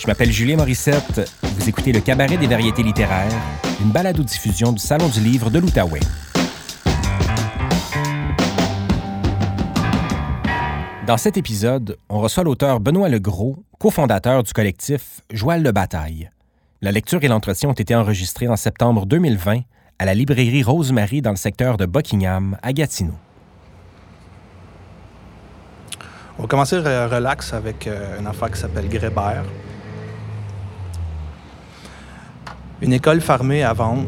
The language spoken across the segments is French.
Je m'appelle Julien Morissette. Vous écoutez le Cabaret des variétés littéraires, une balado-diffusion du Salon du livre de l'Outaouais. Dans cet épisode, on reçoit l'auteur Benoît Legros, cofondateur du collectif Joual de bataille. La lecture et l'entretien ont été enregistrés en septembre 2020 à la librairie Rosemary dans le secteur de Buckingham, à Gatineau. On va commencer relax avec une affaire qui s'appelle Grébert. Une école fermée à vendre.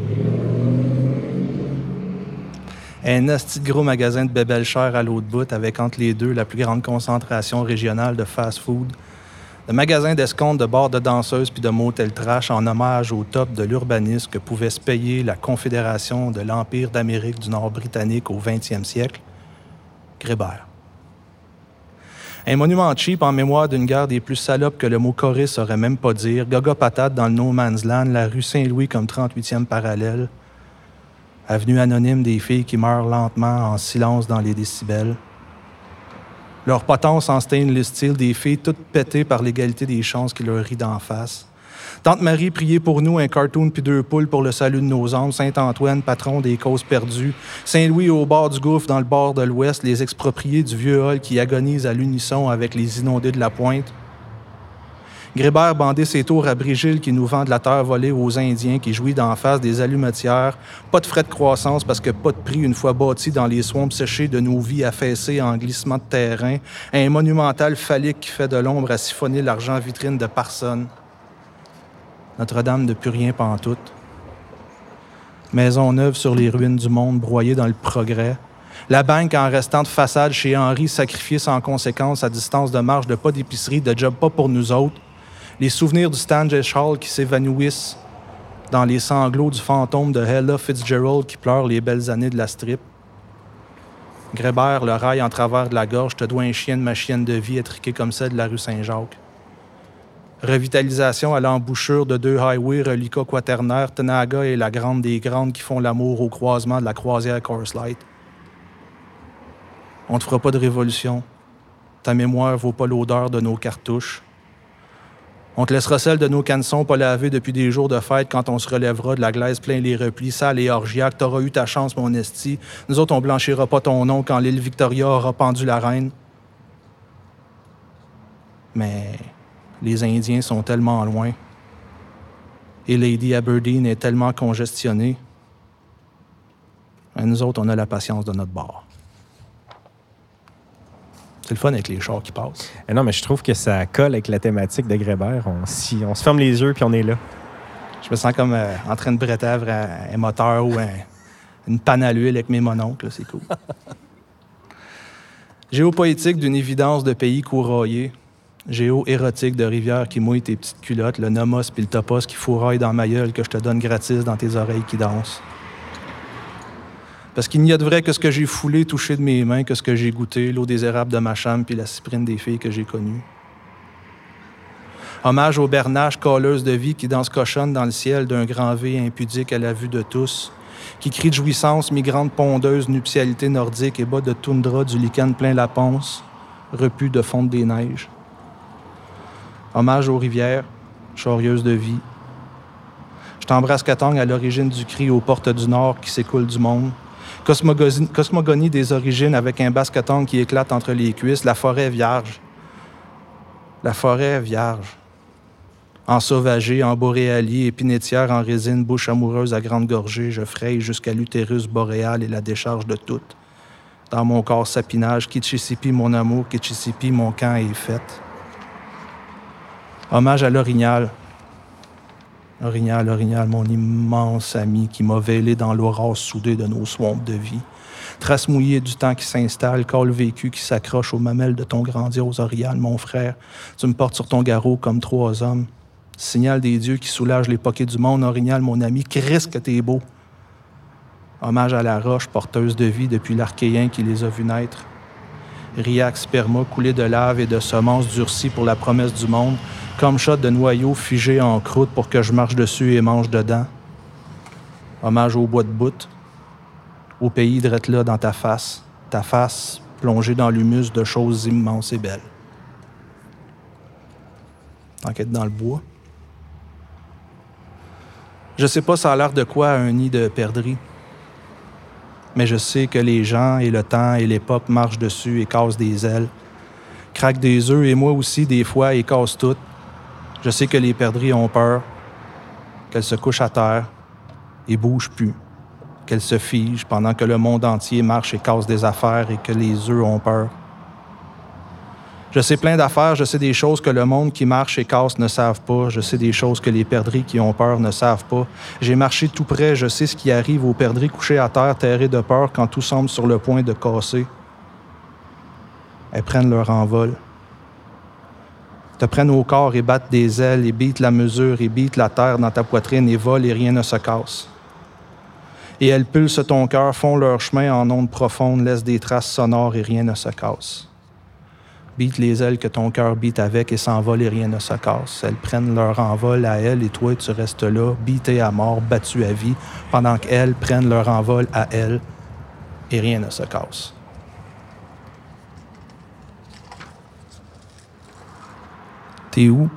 Un asti de gros magasin de bébelles chères à l'autre bout avec entre les deux la plus grande concentration régionale de fast-food. De magasins d'escompte, de bars de danseuses puis de motels trash en hommage au top de l'urbanisme que pouvait se payer la Confédération de l'Empire d'Amérique du Nord britannique au 20e siècle. Grébert. Un monument cheap en mémoire d'une guerre des plus salopes que le mot choriste saurait même pas dire. Gaga patate dans le No Man's Land, la rue Saint-Louis comme 38e parallèle. Avenue anonyme des filles qui meurent lentement en silence dans les décibels. Leur potence en stainless steel, des filles toutes pétées par l'égalité des chances qui leur rient d'en face. Tante Marie, priez pour nous, un cartoon puis 2 poules pour le salut de nos âmes. Saint-Antoine, patron des causes perdues. Saint-Louis au bord du gouffre, dans le bord de l'Ouest, les expropriés du vieux hall qui agonisent à l'unisson avec les inondés de la Pointe. Grébert bandé ses tours à Brigille qui nous vend de la terre volée aux Indiens qui jouit d'en face des allumetières. Pas de frais de croissance parce que pas de prix une fois bâti dans les swamps séchés de nos vies affaissées en glissement de terrain. Un monumental phallique qui fait de l'ombre à siphonner l'argent vitrine de personne. Notre-Dame de plus rien pantoute. Maison neuve sur les ruines du monde, broyée dans le progrès. La banque en restant de façade chez Henri, sacrifiée sans conséquence à distance de marche de pas d'épicerie, de job pas pour nous autres. Les souvenirs du Stanges Hall qui s'évanouissent dans les sanglots du fantôme de Ella Fitzgerald qui pleure les belles années de la strip. Grébert, le rail en travers de la gorge, te doit un chien de ma chienne de vie étriquée comme celle de la rue Saint-Jacques. Revitalisation à l'embouchure de 2 highways reliquats quaternaires, Tenaga et la Grande des Grandes qui font l'amour au croisement de la croisière Coors Light. On ne te fera pas de révolution. Ta mémoire vaut pas l'odeur de nos cartouches. On te laissera celle de nos canessons pas lavés depuis des jours de fête quand on se relèvera de la glaise plein les replis, sale et orgiaque. T'auras eu ta chance, mon esti. Nous autres, on blanchira pas ton nom quand l'île Victoria aura pendu la reine. Mais les Indiens sont tellement loin. Et Lady Aberdeen est tellement congestionnée. Et nous autres, on a la patience de notre bord. C'est le fun avec les chars qui passent. Non, mais je trouve que ça colle avec la thématique de Grébert. On se ferme les yeux puis on est là. Je me sens comme en train de bretèvre un moteur ou une panne à l'huile avec mes mononcles. Là, c'est cool. Géopoétique d'une évidence de pays courroyés. Géo-érotique de rivières qui mouillent tes petites culottes. Le nomos puis le topos qui fourraillent dans ma gueule que je te donne gratis dans tes oreilles qui dansent. Parce qu'il n'y a de vrai que ce que j'ai foulé, touché de mes mains, que ce que j'ai goûté, l'eau des érables de ma chambre puis la cyprine des filles que j'ai connues. Hommage aux bernaches calleuses de vie qui dansent cochonnes dans le ciel d'un grand V impudique à la vue de tous, qui crient de jouissance, migrante pondeuse, nuptialité nordique et bas de toundra du lichen plein la ponce, repu de fonte des neiges. Hommage aux rivières, charieuses de vie. Je t'embrasse Katong à l'origine du cri aux portes du Nord qui s'écoule du monde. Cosmogonie des origines avec un basque-tongue qui éclate entre les cuisses, la forêt vierge. La forêt vierge. Ensauvagée, en boréalie, épinetière en résine, bouche amoureuse à grande gorgée, je fraye jusqu'à l'utérus boréal et la décharge de tout. Dans mon corps sapinage, Kitchissippi mon amour, Kitchissippi mon camp est fait. Hommage à l'orignal. Orignal, mon immense ami qui m'a vêlé dans l'aurore soudée de nos swamps de vie. Trace mouillée du temps qui s'installe, col vécu qui s'accroche aux mamelles de ton grandiose Orial, mon frère. Tu me portes sur ton garrot comme 3 hommes. Signal des dieux qui soulage les poquets du monde, Orignal, mon ami, Christ que t'es beau. Hommage à la roche, porteuse de vie depuis l'archéen qui les a vus naître. Riac, sperma, coulé de lave et de semences durcies pour la promesse du monde, comme shot de noyaux figés en croûte pour que je marche dessus et mange dedans. Hommage au bois de bout, au pays drette là dans ta face plongée dans l'humus de choses immenses et belles. tant qu'être dans le bois. Je sais pas ça a l'air de quoi un nid de perdrix. Mais je sais que les gens et le temps et l'époque marchent dessus et cassent des ailes, craquent des œufs et moi aussi, des fois, et cassent toutes. Je sais que les perdrix ont peur, qu'elles se couchent à terre et bougent plus, qu'elles se figent pendant que le monde entier marche et casse des affaires et que les œufs ont peur. Je sais plein d'affaires, je sais des choses que le monde qui marche et casse ne savent pas, je sais des choses que les perdrix qui ont peur ne savent pas. J'ai marché tout près, je sais ce qui arrive aux perdrix couchés à terre, terrés de peur quand tout semble sur le point de casser. Elles prennent leur envol. Te prennent au corps et battent des ailes et bitent la mesure et bitent la terre dans ta poitrine et volent et rien ne se casse. Et elles pulsent ton cœur, font leur chemin en ondes profondes, laissent des traces sonores et rien ne se casse. Bitent les ailes que ton cœur bite avec et s'envolent et rien ne se casse. Elles prennent leur envol à elles et toi, tu restes là, bité à mort, battu à vie, pendant qu'elles prennent leur envol à elles et rien ne se casse. T'es où?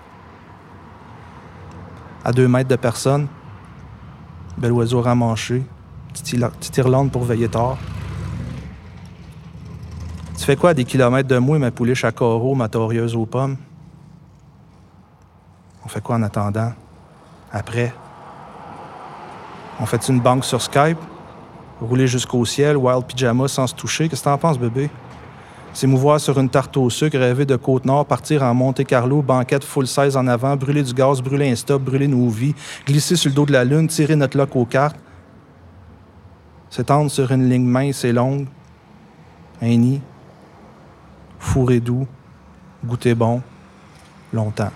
À 2 mètres de personne. Bel oiseau ramanché. Petite Irlande pour veiller tard. Tu fais quoi à des kilomètres de moi, ma pouliche à carreaux, ma torieuse aux pommes? On fait quoi en attendant? Après? On fait une banque sur Skype? Rouler jusqu'au ciel, wild pyjama sans se toucher? Qu'est-ce que t'en penses, bébé? S'émouvoir sur une tarte au sucre, rêver de Côte-Nord, partir en Monte-Carlo, banquette full size en avant, brûler du gaz, brûler un stop, brûler nos vies, glisser sur le dos de la lune, tirer notre lock aux cartes, s'étendre sur une ligne mince et longue, un nid, fourré doux, goûter bon, longtemps.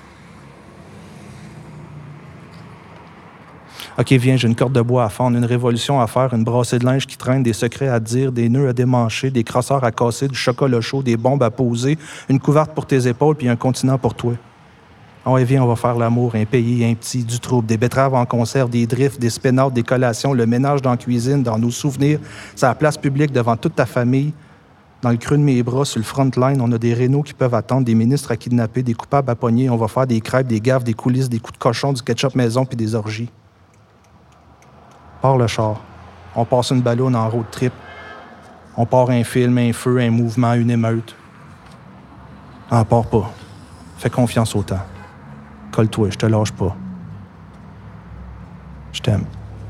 OK, viens, j'ai une corde de bois à fendre, une révolution à faire, une brassée de linge qui traîne, des secrets à dire, des nœuds à démancher, des crosseurs à casser, du chocolat chaud, des bombes à poser, une couverte pour tes épaules puis un continent pour toi. Ah ouais, viens, on va faire l'amour, un pays, un petit, du trouble, des betteraves en conserve, des drifts, des spénards, des collations, le ménage dans la cuisine, dans nos souvenirs, c'est la place publique devant toute ta famille. Dans le creux de mes bras, sur le front line, on a des rénaux qui peuvent attendre, des ministres à kidnapper, des coupables à pogner. On va faire des crêpes, des gaffes, des coulisses, des coups de cochon, du ketchup maison puis des orgies. Part le char. On passe une ballonne en road trip. On part un film, un feu, un mouvement, une émeute. Ah, part pas. Fais confiance au temps. Colle-toi, je te lâche pas. Je t'aime.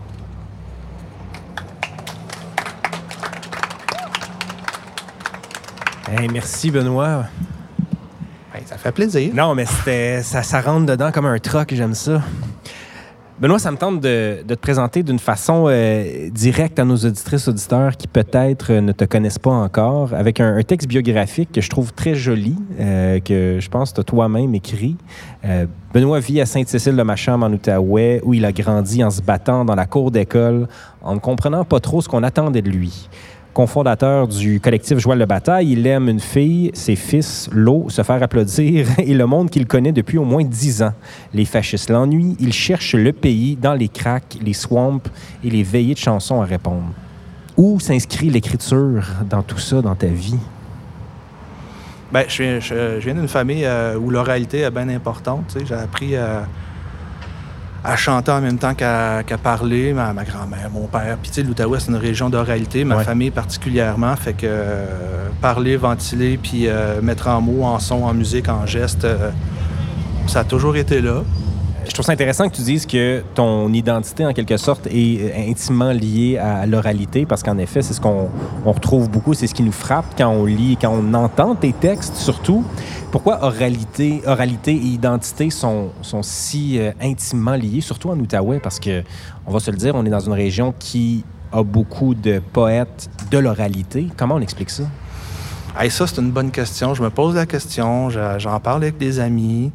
Hey, merci, Benoît. Ben, ça fait plaisir. Non, mais ça rentre dedans comme un troc, j'aime ça. Benoît, ça me tente de te présenter d'une façon directe à nos auditrices, auditeurs qui peut-être ne te connaissent pas encore, avec un texte biographique que je trouve très joli, que je pense que tu as toi-même écrit. Benoît vit à Sainte-Cécile-de-Macham en Outaouais, où il a grandi en se battant dans la cour d'école, en ne comprenant pas trop ce qu'on attendait de lui. Cofondateur du collectif Joual de bataille, il aime une fille, ses fils, l'eau, se faire applaudir et le monde qu'il connaît depuis au moins 10 ans. Les fascistes l'ennuient, il cherche le pays dans les cracks, les swamps et les veillées de chansons à répondre. Où s'inscrit l'écriture dans tout ça, dans ta vie? Ben, je viens d'une famille où l'oralité est bien importante. Tu sais, j'ai appris à chanter en même temps qu'à parler, ma grand-mère, mon père. Puis tu sais, l'Outaouais, c'est une région d'oralité, ma famille particulièrement. Fait que parler, ventiler, puis mettre en mots, en son, en musique, en geste, ça a toujours été là. Je trouve ça intéressant que tu dises que ton identité, en quelque sorte, est intimement liée à l'oralité, parce qu'en effet, c'est ce qu'on retrouve beaucoup, c'est ce qui nous frappe quand on lit, quand on entend tes textes, surtout. Pourquoi oralité et identité sont si intimement liés, surtout en Outaouais? Parce que, on va se le dire, on est dans une région qui a beaucoup de poètes de l'oralité. Comment on explique ça? Hey, ça, c'est une bonne question. Je me pose la question, j'en parle avec des amis.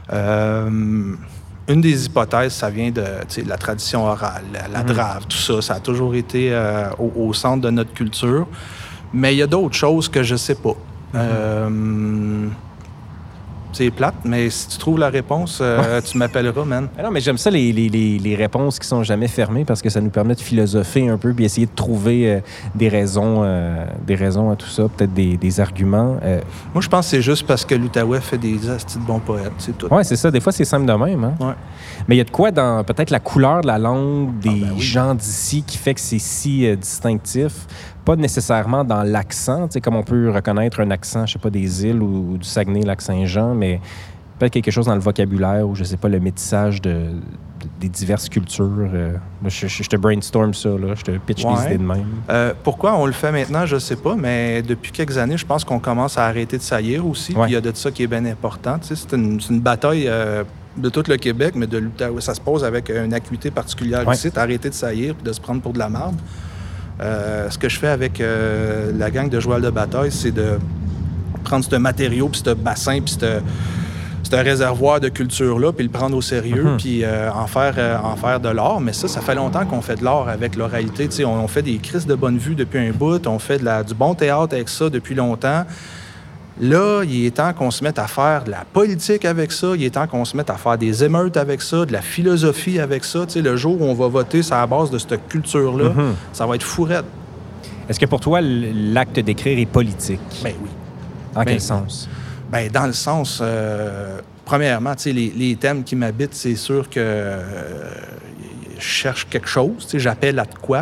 Une des hypothèses, ça vient de la tradition orale, la drave, tout ça. Ça a toujours été au centre de notre culture. Mais il y a d'autres choses que je sais pas. C'est plate, mais si tu trouves la réponse, tu m'appelleras, man. Non, mais j'aime ça, les réponses qui sont jamais fermées parce que ça nous permet de philosopher un peu puis essayer de trouver des raisons à tout ça, peut-être des arguments. Moi, je pense que c'est juste parce que l'Outaouais fait des astis de bons poètes, c'est tout. Oui, c'est ça. Des fois, c'est simple de même. Hein? Ouais. Mais il y a de quoi dans peut-être la couleur de la langue des gens d'ici qui fait que c'est si distinctif. Pas nécessairement dans l'accent, tu sais, comme on peut reconnaître un accent, je sais pas, des îles ou du Saguenay, Lac-Saint-Jean, mais peut-être quelque chose dans le vocabulaire ou, je sais pas, le métissage des diverses cultures. Je te brainstorm ça, là. Je te pitch des idées de même. Pourquoi on le fait maintenant, je sais pas, mais depuis quelques années, je pense qu'on commence à arrêter de saillir aussi. Puis il y a de ça qui est bien important. Tu sais, c'est une bataille de tout le Québec, mais de l'Outaouais. Ça se pose avec une acuité particulière ici, d'arrêter de saillir puis de se prendre pour de la marde. Ce que je fais avec la gang de joueurs de bataille, c'est de prendre ce matériau, puis ce bassin, puis ce réservoir de culture-là, puis le prendre au sérieux, puis en faire de l'art. Mais ça fait longtemps qu'on fait de l'art avec l'oralité. Tu sais, on fait des crises de bonne vue depuis un bout, on fait du bon théâtre avec ça depuis longtemps. Là, il est temps qu'on se mette à faire de la politique avec ça, il est temps qu'on se mette à faire des émeutes avec ça, de la philosophie avec ça. Tu sais, le jour où on va voter sur la base de cette culture-là, ça va être fourette. Est-ce que pour toi, l'acte d'écrire est politique? Ben oui. En quel sens? Ben, dans le sens, premièrement, tu sais, les thèmes qui m'habitent, c'est sûr que je cherche quelque chose, tu sais, j'appelle à de quoi.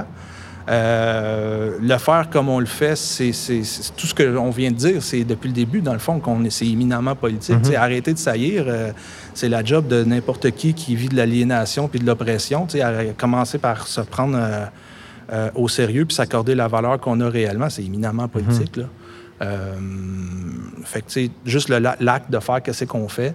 Le faire comme on le fait, c'est tout ce qu'on vient de dire, c'est depuis le début, dans le fond, c'est éminemment politique. Tu sais, arrêter de saillir, c'est la job de n'importe qui vit de l'aliénation puis de l'oppression. Tu sais, commencer par se prendre au sérieux puis s'accorder la valeur qu'on a réellement, c'est éminemment politique, là. Fait que, tu sais, juste l'acte de faire qu'est-ce qu'on fait,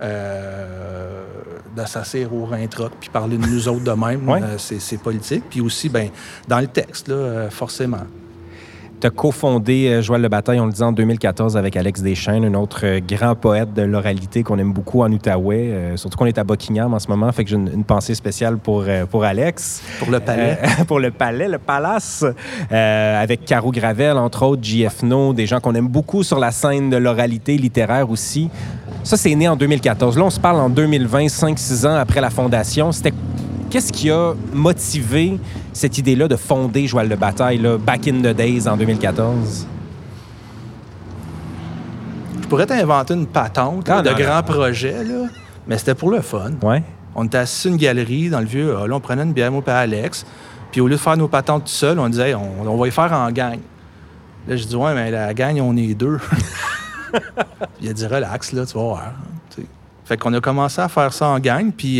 de s'asseoir au rein troc puis parler de nous autres de même, c'est politique. Puis aussi, ben dans le texte, là, forcément. Tu as cofondé Joël Le Bataille, on le disait, en 2014 avec Alex Deschênes, un autre grand poète de l'oralité qu'on aime beaucoup en Outaouais. Surtout qu'on est à Buckingham en ce moment, fait que j'ai une pensée spéciale pour Alex. Pour le palais. Pour le palais, le palace. Avec Caro Gravel, entre autres, JF No, des gens qu'on aime beaucoup sur la scène de l'oralité littéraire aussi. Ça, c'est né en 2014. Là, on se parle en 2020, 5-6 ans après la fondation. Qu'est-ce qui a motivé cette idée-là de fonder Joël Le Bataille, là, back in the days, en 2014? Je pourrais t'inventer une patente de grands projets, là, mais c'était pour le fun. Ouais. On était assis sur une galerie dans le vieux hall, on prenait une bière, moi et Alex, puis au lieu de faire nos patentes tout seuls, on disait, on va y faire en gang. Là, je dis, ouais, mais la gang, on est deux. Il a dit, relax, là, tu vas voir. T'sais. Fait qu'on a commencé à faire ça en gang, puis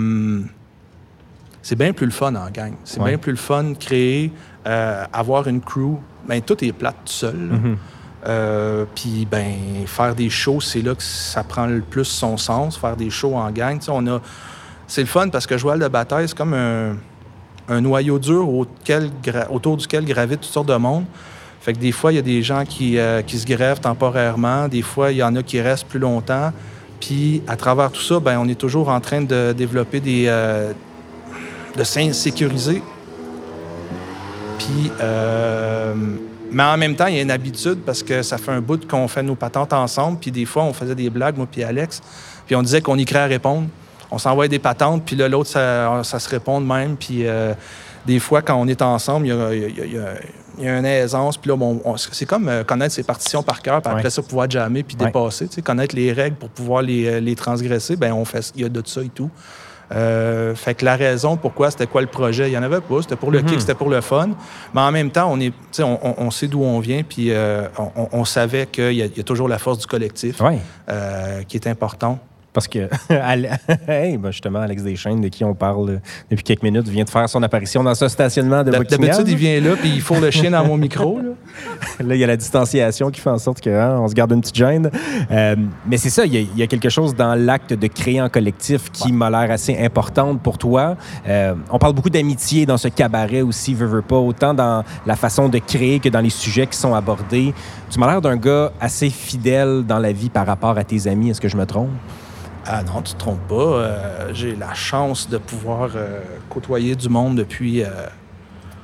c'est bien plus le fun en gang. C'est bien plus le fun de créer, avoir une crew. Bien, tout est plate tout seul. Puis, ben, faire des shows, c'est là que ça prend le plus son sens, faire des shows en gang. C'est le fun parce que Joël de Bataille, c'est comme un noyau dur autour duquel gravite toutes sortes de monde. Fait que des fois, il y a des gens qui se grèvent temporairement. Des fois, il y en a qui restent plus longtemps. Puis, à travers tout ça, ben, on est toujours en train de développer de s'insécuriser. Puis, mais en même temps, il y a une habitude parce que ça fait un bout qu'on fait nos patentes ensemble. Puis des fois, on faisait des blagues, moi puis Alex. Puis on disait qu'on y crée à répondre. On s'envoie des patentes, puis là, l'autre, ça se répond de même. Puis des fois, quand on est ensemble, il y a une aisance. Puis là, c'est comme connaître ses partitions par cœur, puis après ça, pouvoir jammer puis dépasser. Tu sais, connaître les règles pour pouvoir les transgresser, bien, il y a de ça et tout. Fait que la raison pourquoi c'était quoi le projet, il n'y en avait pas. C'était pour le kick, c'était pour le fun. Mais en même temps, on sait d'où on vient, puis on savait qu'il y a toujours la force du collectif qui est important. Parce que, justement, Alex Deschênes, de qui on parle depuis quelques minutes, vient de faire son apparition dans ce stationnement de Buckingham. D'habitude, il vient là, puis il fourre le chien dans mon micro. Là, il y a la distanciation qui fait en sorte qu'on se garde une petite gêne. Mais c'est ça, il y a quelque chose dans l'acte de créer en collectif qui m'a l'air assez importante pour toi. On parle beaucoup d'amitié dans ce cabaret aussi, veux pas, autant dans la façon de créer que dans les sujets qui sont abordés. Tu m'as l'air d'un gars assez fidèle dans la vie par rapport à tes amis. Est-ce que je me trompe? Ah non, tu te trompes pas. J'ai la chance de pouvoir côtoyer du monde depuis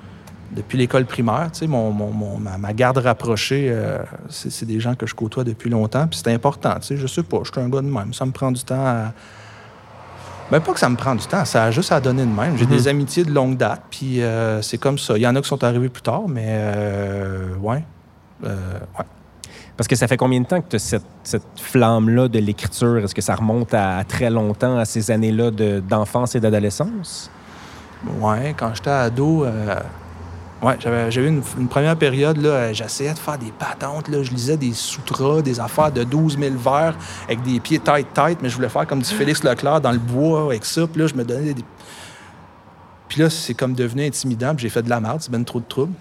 depuis l'école primaire. Tu sais, ma garde rapprochée, c'est des gens que je côtoie depuis longtemps, puis c'est important. Tu sais, je sais pas, je suis un gars de même. Ça me prend du temps à... Ben, pas que ça me prend du temps, ça a juste à donner de même. J'ai des amitiés de longue date, puis c'est comme ça. Il y en a qui sont arrivés plus tard, mais ouais. Parce que ça fait combien de temps que tu as cette flamme-là de l'écriture? Est-ce que ça remonte à très longtemps, à ces années-là d'enfance et d'adolescence? Ouais, quand j'étais ado, j'ai eu une première période, là, j'essayais de faire des patentes, là, je lisais des sutras, des affaires de 12 000 vers avec des pieds tight, mais je voulais faire comme du Félix Leclerc dans le bois avec ça, puis là, je me donnais des... Puis là, c'est comme devenu intimidant, puis j'ai fait de la merde, c'est bien trop de trouble.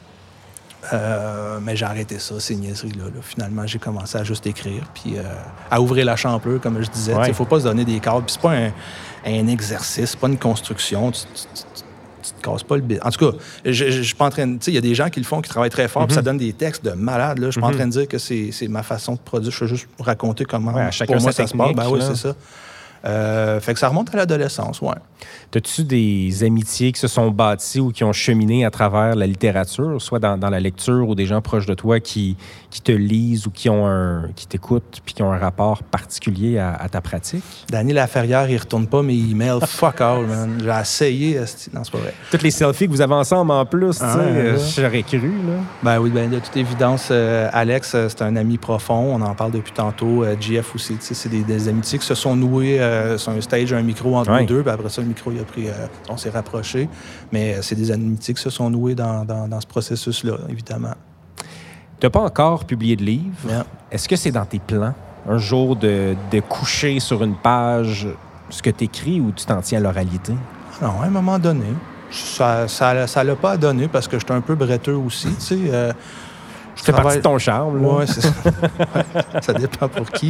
Mais j'ai arrêté ça, ces niaiseries-là. Là. Finalement, j'ai commencé à juste écrire, puis à ouvrir la champleur, comme je disais. Il ne faut pas se donner des cadres, puis c'est pas un exercice, c'est pas une construction. Tu te casses pas le bide. En tout cas, je suis pas en train de... Tu sais, il y a des gens qui le font, qui travaillent très fort, puis ça donne des textes de malade. Je suis pas en train de dire que c'est ma façon de produire. Je veux juste raconter comment, pour moi, ça se passe. Ben oui, c'est ça. Fait que ça remonte à l'adolescence, ouais. As-tu des amitiés qui se sont bâties ou qui ont cheminé à travers la littérature, soit dans la lecture ou des gens proches de toi qui te lisent ou qui t'écoutent puis qui ont un rapport particulier à ta pratique? Danny Laferrière, il retourne pas mes emails. Fuck all, man. J'ai essayé. Non, c'est pas vrai. Toutes les selfies que vous avez ensemble en plus, j'aurais cru, là. Ben oui, de toute évidence, Alex, c'est un ami profond. On en parle depuis tantôt. JF aussi, c'est des amitiés qui se sont nouées sur un stage, un micro entre nous deux. Puis après ça, le micro, il a pris... on s'est rapprochés. Mais c'est des amitiés qui se sont nouées dans ce processus-là, évidemment. Tu n'as pas encore publié de livre. Yeah. Est-ce que c'est dans tes plans, un jour, de coucher sur une page ce que tu écris ou tu t'en tiens à l'oralité? Non, à un moment donné. Ça l'a pas à donner parce que je suis un peu bretteux aussi, tu sais. C'est partie de ton charme, là. Oui, c'est ça. Ça dépend pour qui.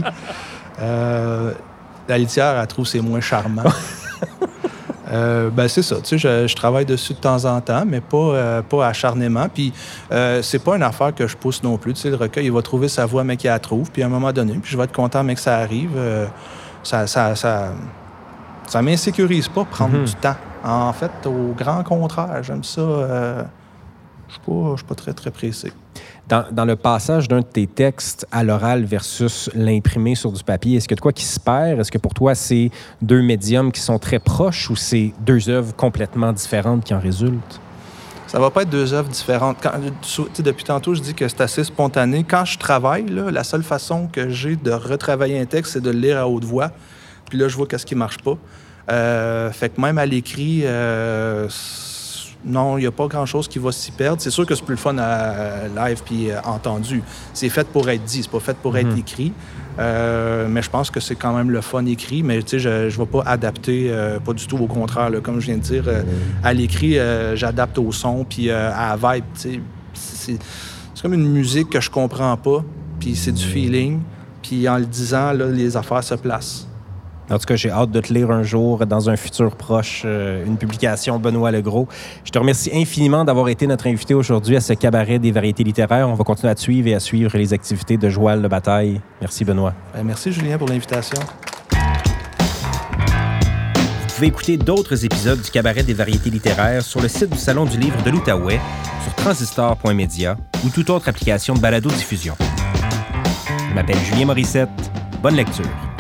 La litière, elle trouve que c'est moins charmant. Ben c'est ça, tu sais, je travaille dessus de temps en temps, mais pas acharnément. Puis c'est pas une affaire que je pousse non plus. Tu sais, le recueil, il va trouver sa voie, mais qu'il la trouve. Puis à un moment donné, puis je vais être content, mais que ça arrive. Ça m'insécurise pas prendre du temps. En fait, au grand contraire, j'aime ça. Je suis pas très, très pressé. Dans le passage d'un de tes textes à l'oral versus l'imprimé sur du papier, est-ce que de quoi qui se perd? Est-ce que pour toi, c'est deux médiums qui sont très proches ou c'est deux œuvres complètement différentes qui en résultent? Ça va pas être deux œuvres différentes. Depuis tantôt, je dis que c'est assez spontané. Quand je travaille, là, la seule façon que j'ai de retravailler un texte, c'est de le lire à haute voix. Puis là, je vois qu'est-ce qui marche pas. Fait que même à l'écrit... non, il n'y a pas grand-chose qui va s'y perdre. C'est sûr que c'est plus le fun à live puis entendu. C'est fait pour être dit, c'est pas fait pour être écrit. Mais je pense que c'est quand même le fun écrit. Mais tu sais, je ne vais pas adapter, pas du tout, au contraire. Là, comme je viens de dire, à l'écrit, j'adapte au son puis à la vibe. Tu sais, c'est comme une musique que je comprends pas, puis c'est du feeling. Puis en le disant, là, les affaires se placent. En tout cas, j'ai hâte de te lire un jour, dans un futur proche, une publication Benoît Legros. Je te remercie infiniment d'avoir été notre invité aujourd'hui à ce cabaret des variétés littéraires. On va continuer à te suivre et à suivre les activités de Joël Le Bataille. Merci, Benoît. Merci, Julien, pour l'invitation. Vous pouvez écouter d'autres épisodes du cabaret des variétés littéraires sur le site du Salon du livre de l'Outaouais, sur transistor.media ou toute autre application de balado-diffusion. Je m'appelle Julien Morissette. Bonne lecture.